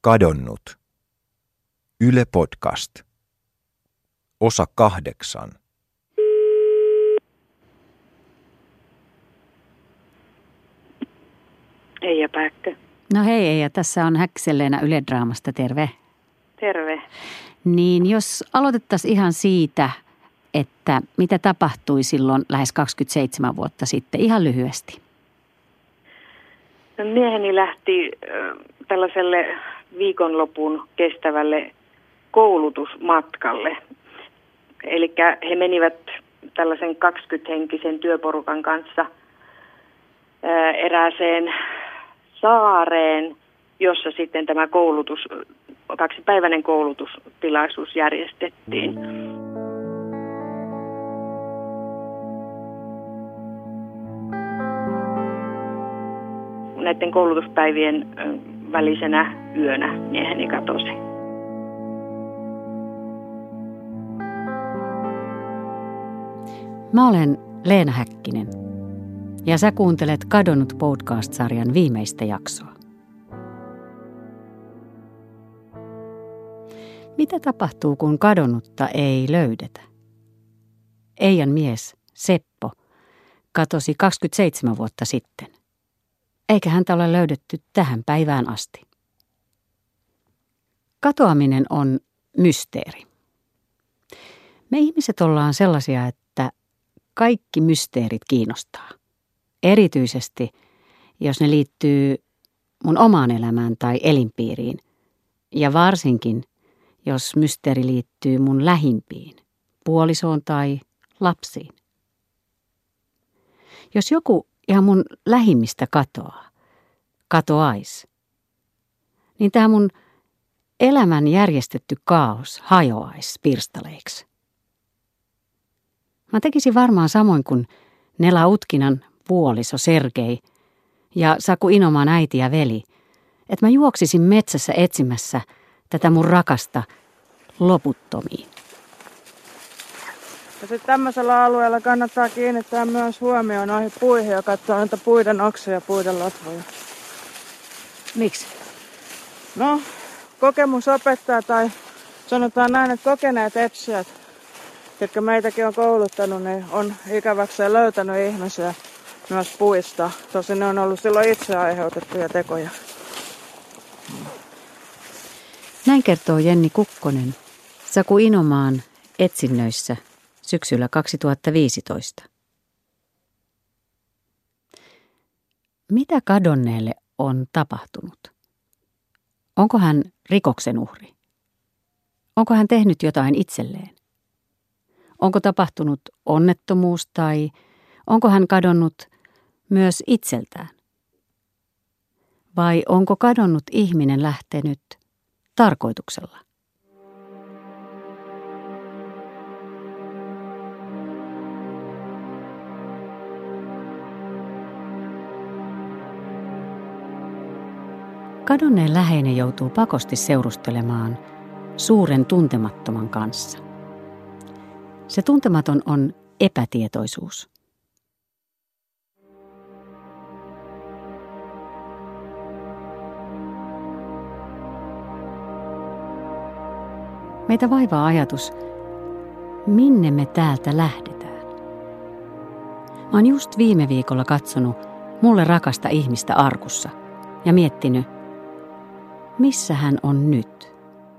Kadonnut. Yle Podcast. Osa 8. Eija Pääkkö. No hei Eija, tässä on Häkkisen-Leena Yle Draamasta, terve. Terve. Niin jos aloitettaisiin ihan siitä, että mitä tapahtui silloin lähes 27 vuotta sitten, ihan lyhyesti. No, mieheni lähti tällaiselle viikonlopun kestävälle koulutusmatkalle. Eli he menivät tällaisen 20-henkisen työporukan kanssa erääseen saareen, jossa sitten tämä kaksipäiväinen koulutustilaisuus järjestettiin. Näiden koulutuspäivien välisenä yönä mieheni katosi. Mä olen Leena Häkkinen ja sä kuuntelet Kadonnut podcast-sarjan viimeistä jaksoa. Mitä tapahtuu, kun kadonnutta ei löydetä? Eijan mies Seppo katosi 27 vuotta sitten. Eikä häntä ole löydetty tähän päivään asti. Katoaminen on mysteeri. Me ihmiset ollaan sellaisia, että kaikki mysteerit kiinnostaa. Erityisesti, jos ne liittyy mun omaan elämään tai elinpiiriin. Ja varsinkin, jos mysteeri liittyy mun lähimpiin, puolisoon tai lapsiin. Jos joku ihan mun lähimmistä katoais, niin tämä mun elämän järjestetty kaos hajoaisi pirstaleiksi. Mä tekisin varmaan samoin kuin Nela Utkinan puoliso Sergei ja Saku Inomaan äiti ja veli, että mä juoksisin metsässä etsimässä tätä mun rakasta loputtomiin. Ja sitten tämmöisellä alueella kannattaa kiinnittää myös huomioon noihin puihin ja katsoa niitä puiden oksia ja puiden latvoja. Miksi? No, kokemus opettaa tai sanotaan näin, että kokeneet etsijät, jotka meitäkin on kouluttanut, niin on ikäväkseen löytänyt ihmisiä myös puista. Tosin ne on ollut silloin itse aiheutettuja tekoja. Näin kertoo Jenni Kukkonen Saku Inomaan etsinnöissä syksyllä 2015. Mitä kadonneelle on tapahtunut? Onko hän rikoksen uhri? Onko hän tehnyt jotain itselleen? Onko tapahtunut onnettomuus tai onko hän kadonnut myös itseltään? Vai onko kadonnut ihminen lähtenyt tarkoituksella? Kadonneen läheinen joutuu pakosti seurustelemaan suuren tuntemattoman kanssa. Se tuntematon on epätietoisuus. Meitä vaivaa ajatus, minne me täältä lähdetään. Mä oon just viime viikolla katsonut mulle rakasta ihmistä arkussa ja miettinyt, missä hän on nyt.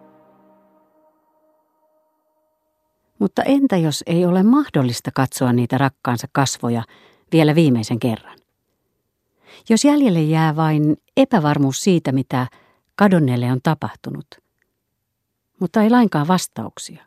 Mutta entä jos ei ole mahdollista katsoa niitä rakkaansa kasvoja vielä viimeisen kerran? Jos jäljelle jää vain epävarmuus siitä, mitä kadonneelle on tapahtunut, mutta ei lainkaan vastauksia.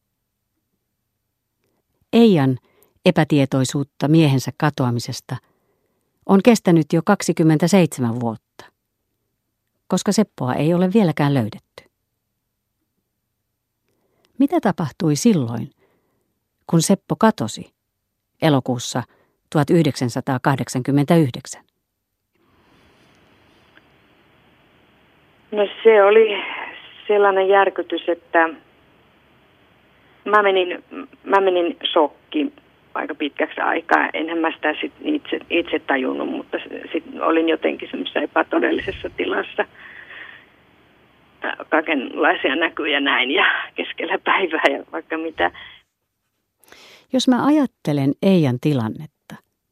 Eijan epätietoisuutta miehensä katoamisesta on kestänyt jo 27 vuotta, koska Seppoa ei ole vieläkään löydetty. Mitä tapahtui silloin, kun Seppo katosi elokuussa 1989? No se oli sellainen järkytys, että mä menin shokkiin aika pitkäksi aikaa. Enhän mä sitä sit itse tajunnut, mutta sit olin jotenkin semmoisessa epätodellisessa tilassa. kaikenlaisia näkyjä näin ja keskellä päivää ja vaikka mitä. Jos mä ajattelen Eijan tilannetta.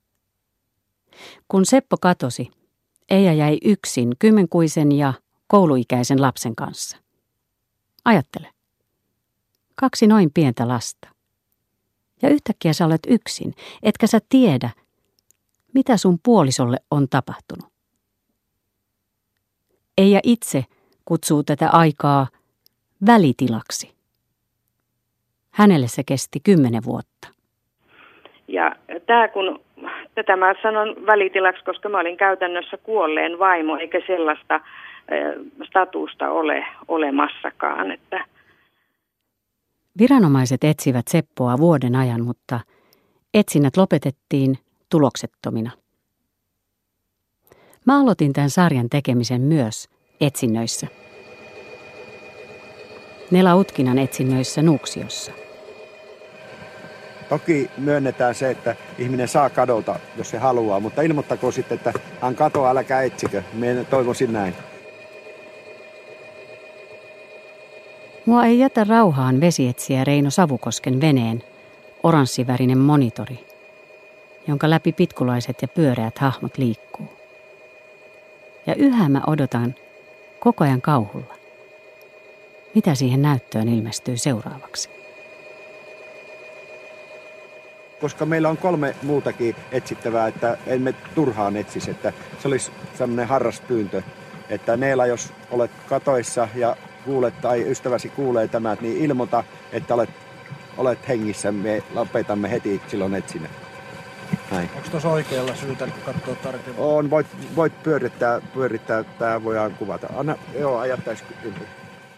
Kun Seppo katosi, Eija jäi yksin kymmenkuisen ja kouluikäisen lapsen kanssa. Ajattele. 2 noin pientä lasta. Ja yhtäkkiä sä olet yksin, etkä sä tiedä, mitä sun puolisolle on tapahtunut. Eija itse kutsuu tätä aikaa välitilaksi. Hänelle se kesti 10 vuotta. Ja tätä mä sanon välitilaksi, koska mä olin käytännössä kuolleen vaimo, eikä sellaista statusta ole olemassakaan. Että Viranomaiset etsivät Seppoa vuoden ajan, mutta etsinnät lopetettiin tuloksettomina. Mä aloitin tämän sarjan tekemisen myös etsinnöissä. Nela Utkinan etsinnöissä Nuuksiossa. Toki myönnetään se, että ihminen saa kadota, jos se haluaa, mutta ilmoittakoon sitten, että hän katoaa, äläkä etsikö. Minä toivoisin näin. Mua ei jätä rauhaan vesietsiä Reino Savukosken veneen oranssivärinen monitori, jonka läpi pitkulaiset ja pyöreät hahmot liikkuu. Ja yhä mä odotan koko ajan kauhulla, mitä siihen näyttöön ilmestyy seuraavaksi. Koska meillä on 3 muutakin etsittävää, että emme turhaan etsisi, että se olisi sellainen harraspyyntö, että Neela, jos olet katoissa ja kuulet tai ystäväsi kuulee tämä, niin ilmoita, että olet hengissä, me lopetamme heti silloin etsinnän. Näin. Onko tuossa oikealla syytä katsoa tarkemmin? On, voit pyörittää, tämä voidaan kuvata. Anna, ajattaisi ympäri.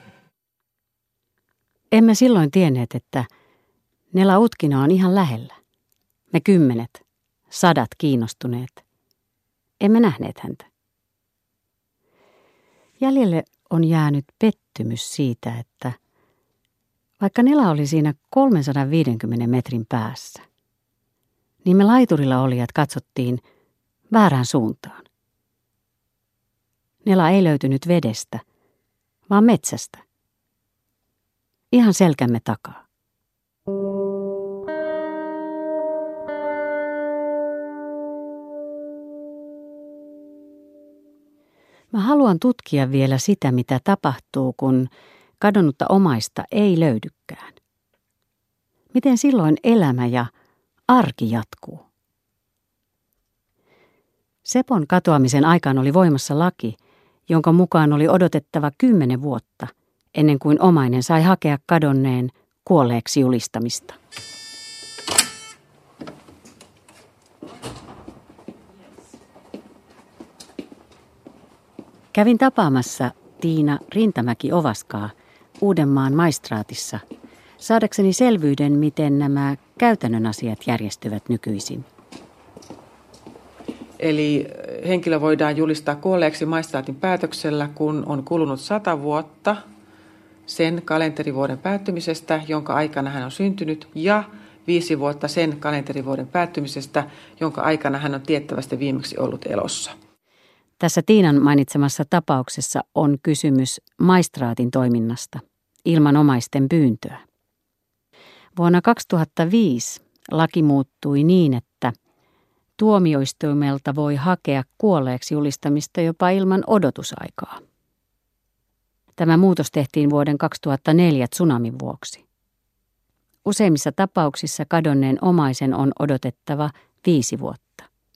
Emme silloin tienneet, että Nela Utkina on ihan lähellä. Me 10, 100 kiinnostuneet. Emme nähneet häntä. Jäljelle on jäänyt pettymys siitä, että vaikka Nela oli siinä 350 metrin päässä, niin me laiturilla olijat katsottiin väärään suuntaan. Nela ei löytynyt vedestä, vaan metsästä. Ihan selkämme takaa. Mä haluan tutkia vielä sitä, mitä tapahtuu, kun kadonnutta omaista ei löydykään. Miten silloin elämä ja arki jatkuu? Sepon katoamisen aikaan oli voimassa laki, jonka mukaan oli odotettava 10 vuotta, ennen kuin omainen sai hakea kadonneen kuolleeksi julistamista. Kävin tapaamassa Tiina Rintamäki-Ovaskaa Uudenmaan maistraatissa saadakseni selvyyden, miten nämä käytännön asiat järjestyvät nykyisin. Eli henkilö voidaan julistaa kuolleeksi maistraatin päätöksellä, kun on kulunut 100 vuotta sen kalenterivuoden päättymisestä, jonka aikana hän on syntynyt, ja 5 vuotta sen kalenterivuoden päättymisestä, jonka aikana hän on tiettävästi viimeksi ollut elossa. Tässä Tiinan mainitsemassa tapauksessa on kysymys maistraatin toiminnasta ilman omaisten pyyntöä. Vuonna 2005 laki muuttui niin, että tuomioistuimelta voi hakea kuolleeksi julistamista jopa ilman odotusaikaa. Tämä muutos tehtiin vuoden 2004 tsunamin vuoksi. Useimmissa tapauksissa kadonneen omaisen on odotettava 5 vuotta.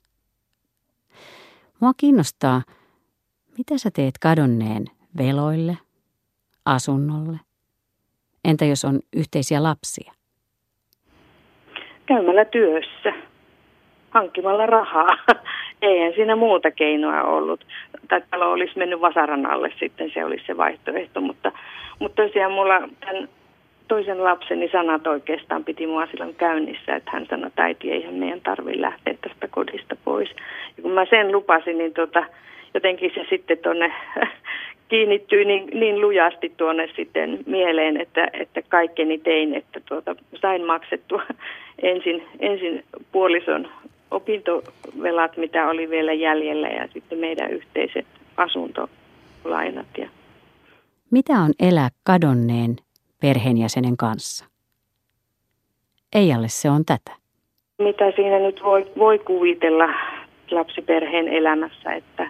Mua kiinnostaa, mitä sä teet kadonneen veloille, asunnolle? Entä jos on yhteisiä lapsia? Käymällä työssä, hankkimalla rahaa. Eihän siinä muuta keinoa ollut. Tai talo olisi mennyt vasaran alle, sitten se olisi se vaihtoehto. Mutta tosiaan mulla tämän toisen lapseni sanat oikeastaan piti mua silloin käynnissä, että hän sanoi, että äiti, eihän meidän tarvitse lähteä tästä kodista pois. Ja kun mä sen lupasin, niin jotenkin se sitten tuonne kiinnittyi niin lujasti tuonne sitten mieleen, että kaikkeni tein, että sain maksettua ensin puolison opintovelat, mitä oli vielä jäljellä, ja sitten meidän yhteiset asuntolainat. Mitä on elää kadonneen perheenjäsenen kanssa? Eijalle se on tätä. Mitä siinä nyt voi kuvitella lapsiperheen elämässä, että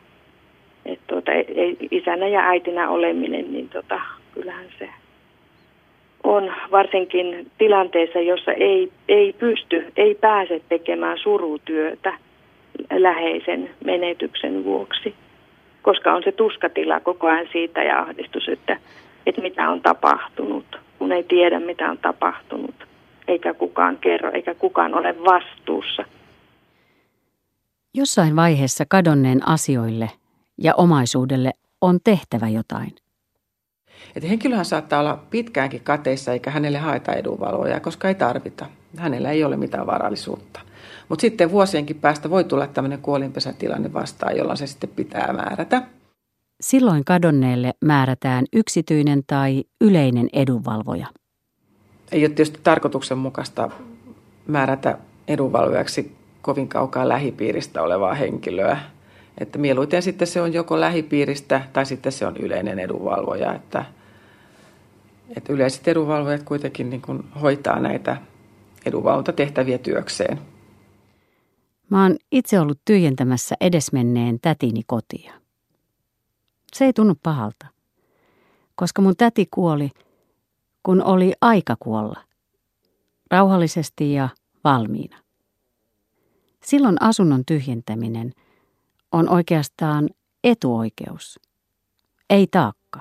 isänä ja äitinä oleminen, niin kyllähän se on varsinkin tilanteessa, jossa ei pääse tekemään surutyötä läheisen menetyksen vuoksi, koska on se tuskatila koko ajan siitä ja ahdistus, että mitä on tapahtunut, kun ei tiedä mitä on tapahtunut, eikä kukaan kerro, eikä kukaan ole vastuussa. Jossain vaiheessa kadonneen asioille ja omaisuudelle on tehtävä jotain. Että henkilöhän saattaa olla pitkäänkin kateissa eikä hänelle haeta edunvalvojaa, koska ei tarvita. Hänellä ei ole mitään varallisuutta. Mutta sitten vuosienkin päästä voi tulla tämmöinen kuolinpesätilanne vastaan, jolloin se sitten pitää määrätä. Silloin kadonneelle määrätään yksityinen tai yleinen edunvalvoja. Ei ole tietysti tarkoituksenmukaista määrätä edunvalvojaksi kovin kaukaa lähipiiristä olevaa henkilöä. Että mieluiten sitten se on joko lähipiiristä tai sitten se on yleinen edunvalvoja. Että yleiset edunvalvojat kuitenkin niin kuin hoitaa näitä edunvalvontatehtäviä työkseen. Mä oon itse ollut tyhjentämässä edesmenneen tätini kotia. Se ei tunnu pahalta, koska mun täti kuoli, kun oli aika kuolla. Rauhallisesti ja valmiina. Silloin asunnon tyhjentäminen on oikeastaan etuoikeus, ei taakka.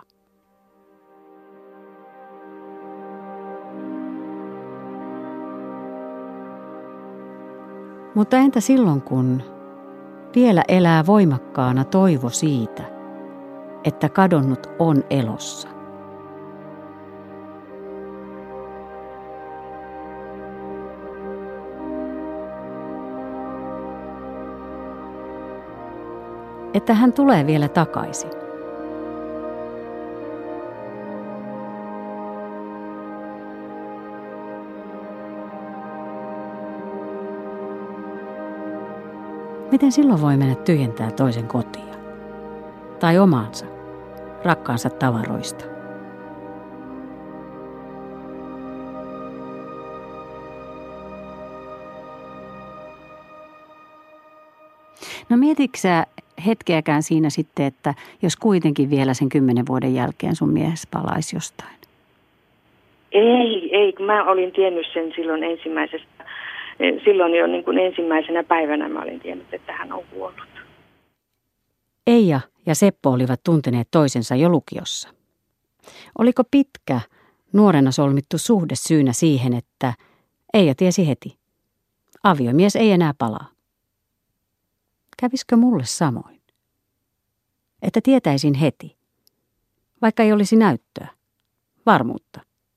Mutta entä silloin, kun vielä elää voimakkaana toivo siitä, että kadonnut on elossa? Että hän tulee vielä takaisin. Miten silloin voi mennä tyhjentää toisen kotia? Tai omaansa, rakkaansa tavaroista? No mietitkö sä hetkeäkään siinä sitten, että jos kuitenkin vielä sen 10 vuoden jälkeen sun mies palaisi jostain? Ei, mä olin tiennyt sen silloin jo niin kuin ensimmäisenä päivänä mä olin tiennyt, että hän on kuollut. Eija ja Seppo olivat tunteneet toisensa jo lukiossa. Oliko pitkä, nuorena solmittu suhde syynä siihen, että Eija tiesi heti? Aviomies ei enää palaa. Kävisikö mulle samoin? Että tietäisin heti, vaikka ei olisi näyttöä, varmuutta.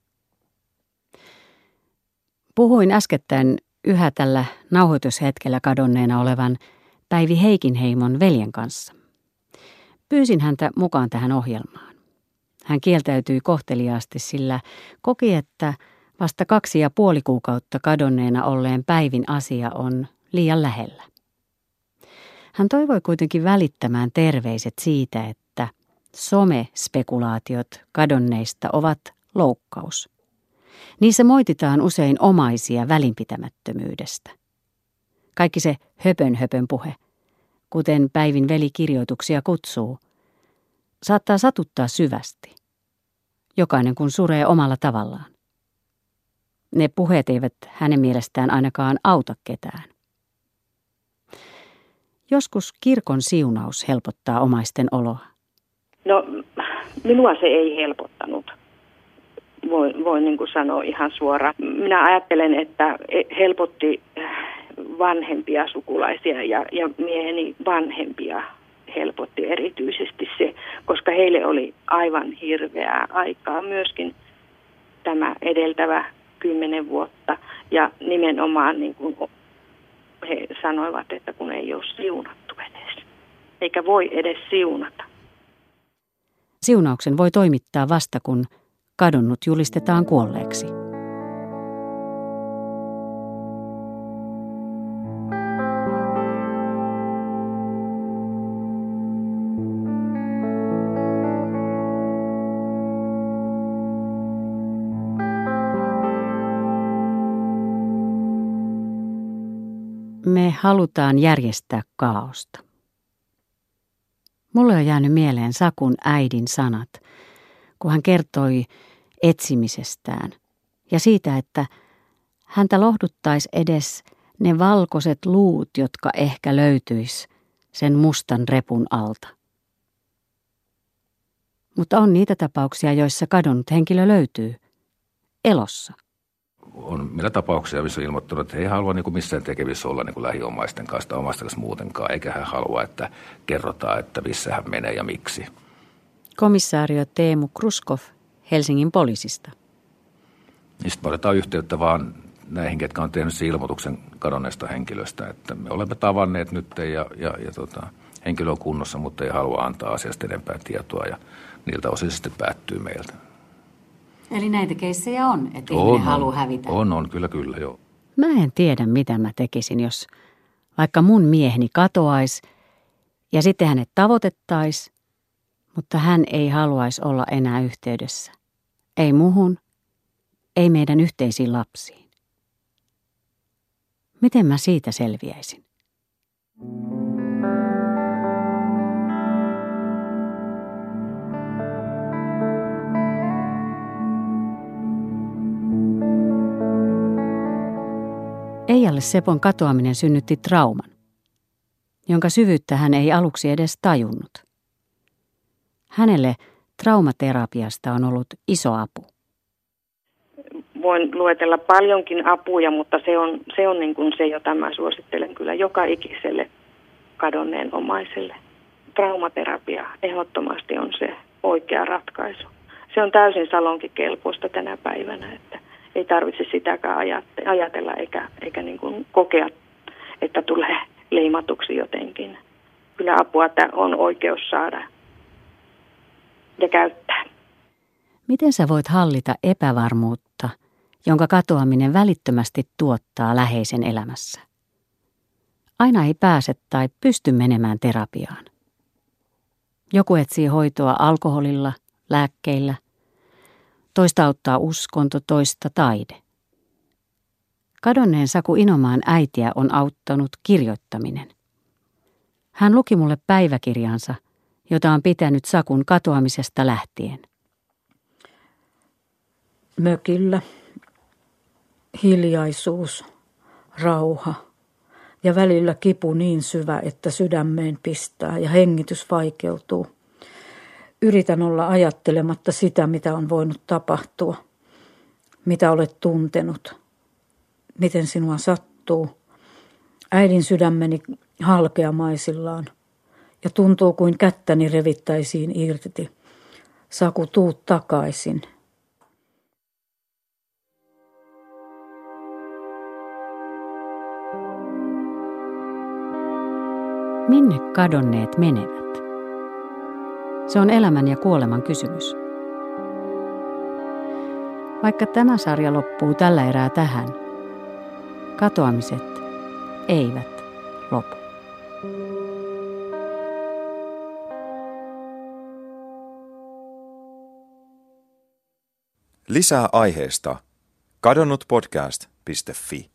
Puhuin äskettäin yhä tällä nauhoitushetkellä kadonneena olevan Päivi Heikinheimon veljen kanssa. Pyysin häntä mukaan tähän ohjelmaan. Hän kieltäytyi kohteliaasti, sillä koki, että vasta 2,5 kuukautta kadonneena olleen Päivin asia on liian lähellä. Hän kuitenkin välittämään terveiset siitä, että some-spekulaatiot kadonneista ovat loukkaus. Niissä moititaan usein omaisia välinpitämättömyydestä. Kaikki se höpön puhe, kuten Päivin veli kirjoituksia kutsuu, saattaa satuttaa syvästi. Jokainen kun suree omalla tavallaan. Ne puheet eivät hänen mielestään ainakaan auta ketään. Joskus kirkon siunaus helpottaa omaisten oloa. No, minua se ei helpottanut. Voin niin kuin sanoa ihan suoraan. Minä ajattelen, että helpotti vanhempia sukulaisia ja mieheni vanhempia helpotti erityisesti se, koska heille oli aivan hirveää aikaa myöskin tämä edeltävä 10 vuotta. Ja nimenomaan niin kuin he sanoivat, että kun ei ole siunattu edes, eikä voi edes siunata. Siunauksen voi toimittaa vasta, kun kadonnut julistetaan kuolleeksi. Me halutaan järjestää kaaosta. Mulle on jäänyt mieleen Sakun äidin sanat, kun hän kertoi etsimisestään ja siitä, että häntä lohduttaisi edes ne valkoiset luut, jotka ehkä löytyis sen mustan repun alta. Mutta on niitä tapauksia, joissa kadonnut henkilö löytyy elossa. On meillä tapauksia, missä on ilmoittanut, että he ei halua missään tekevissä olla lähiomaisten kanssa tai omasta kanssa muutenkaan, eikä hän halua, että kerrotaan, että missä hän menee ja miksi. Komissaario Teemu Kruskov Helsingin poliisista. Sitten me otetaan yhteyttä vaan näihin, ketkä on tehnyt sen ilmoituksen kadonneesta henkilöstä, että me olemme tavanneet nyt henkilö on kunnossa, mutta ei halua antaa asiasta enempää tietoa ja niiltä osin sitten päättyy meiltä. Eli näitä keissejä on, että ihminen haluaa hävitä? On, kyllä, joo. Mä en tiedä, mitä mä tekisin, jos vaikka mun mieheni katoaisi ja sitten hänet tavoitettaisi, mutta hän ei haluaisi olla enää yhteydessä. Ei muhun, ei meidän yhteisiin lapsiin. Miten mä siitä selviäisin? Eijalle Sepon katoaminen synnytti trauman, jonka syvyyttä hän ei aluksi edes tajunnut. Hänelle traumaterapiasta on ollut iso apu. Voin luetella paljonkin apuja, mutta se on niin kuin se, jota mä suosittelen kyllä joka ikiselle kadonneen omaiselle. Traumaterapia ehdottomasti on se oikea ratkaisu. Se on täysin salonkikelpoista tänä päivänä, että ei tarvitse sitäkään ajatella eikä niin kuin kokea, että tulee leimatuksi jotenkin. Kyllä apua on oikeus saada ja käyttää. Miten sä voit hallita epävarmuutta, jonka katoaminen välittömästi tuottaa läheisen elämässä? Aina ei pääse tai pysty menemään terapiaan. Joku etsii hoitoa alkoholilla, lääkkeillä. Toista auttaa uskonto, toista taide. Kadonneen Saku Inomaan äitiä on auttanut kirjoittaminen. Hän luki mulle päiväkirjansa, jota on pitänyt Sakun katoamisesta lähtien. Mökillä hiljaisuus, rauha ja välillä kipu niin syvä, että sydämeen pistää ja hengitys vaikeutuu. Yritän olla ajattelematta sitä, mitä on voinut tapahtua, mitä olet tuntenut, miten sinua sattuu. Äidin sydämeni halkeamaisillaan ja tuntuu kuin kättäni revittäisiin irti. Saku, tuu takaisin. Minne kadonneet menevät? Se on elämän ja kuoleman kysymys. Vaikka tämä sarja loppuu tällä erää tähän, katoamiset eivät lopu. Lisää aiheesta kadonnutpodcast.fi